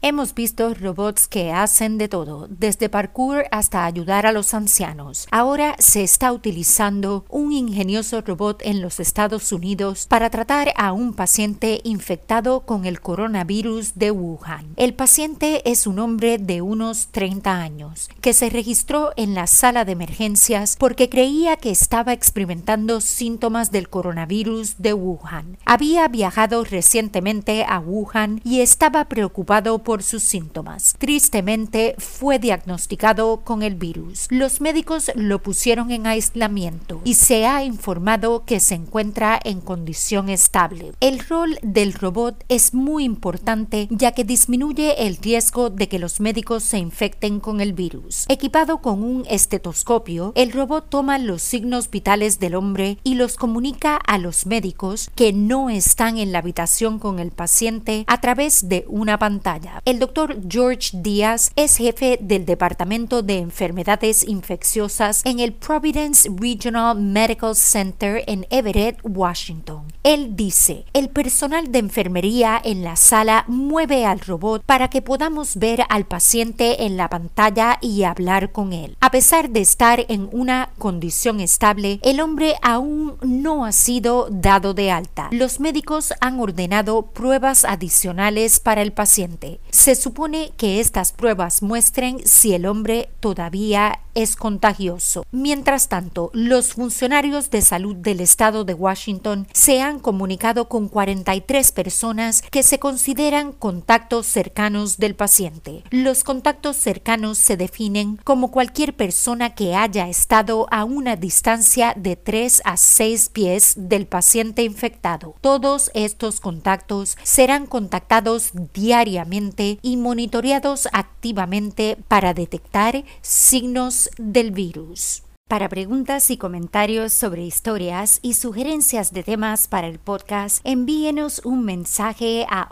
Hemos visto robots que hacen de todo, desde parkour hasta ayudar a los ancianos. Ahora se está utilizando un ingenioso robot en los Estados Unidos para tratar a un paciente infectado con el coronavirus de Wuhan. El paciente es un hombre de unos 30 años, que se registró en la sala de emergencias porque creía que estaba experimentando síntomas del coronavirus de Wuhan. Había viajado recientemente a Wuhan y estaba preocupado por sus síntomas. Tristemente, fue diagnosticado con el virus. Los médicos lo pusieron en aislamiento y se ha informado que se encuentra en condición estable. El rol del robot es muy importante ya que disminuye el riesgo de que los médicos se infecten con el virus. Equipado con un estetoscopio, el robot toma los signos vitales del hombre y los comunica a los médicos que no están en la habitación con el paciente a través de una pantalla. El doctor George Díaz es jefe del Departamento de Enfermedades Infecciosas en el Providence Regional Medical Center en Everett, Washington. Él dice, el personal de enfermería en la sala mueve al robot para que podamos ver al paciente en la pantalla y hablar con él. A pesar de estar en una condición estable, el hombre aún no ha sido dado de alta. Los médicos han ordenado pruebas adicionales para el paciente. Se supone que estas pruebas muestren si el hombre todavía es contagioso. Mientras tanto, los funcionarios de salud del estado de Washington se han comunicado con 43 personas que se consideran contactos cercanos del paciente. Los contactos cercanos se definen como cualquier persona que haya estado a una distancia de 3 a 6 pies del paciente infectado. Todos estos contactos serán contactados diariamente y monitoreados activamente para detectar signos del virus. Para preguntas y comentarios sobre historias y sugerencias de temas para el podcast, envíenos un mensaje a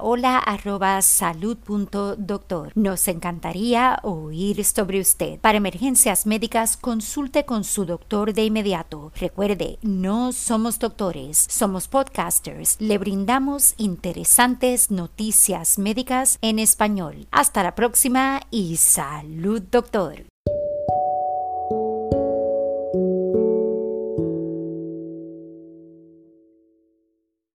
hola@salud.doctor. Nos encantaría oír sobre usted. Para emergencias médicas, consulte con su doctor de inmediato. Recuerde, no somos doctores, somos podcasters. Le brindamos interesantes noticias médicas en español. Hasta la próxima y salud, doctor.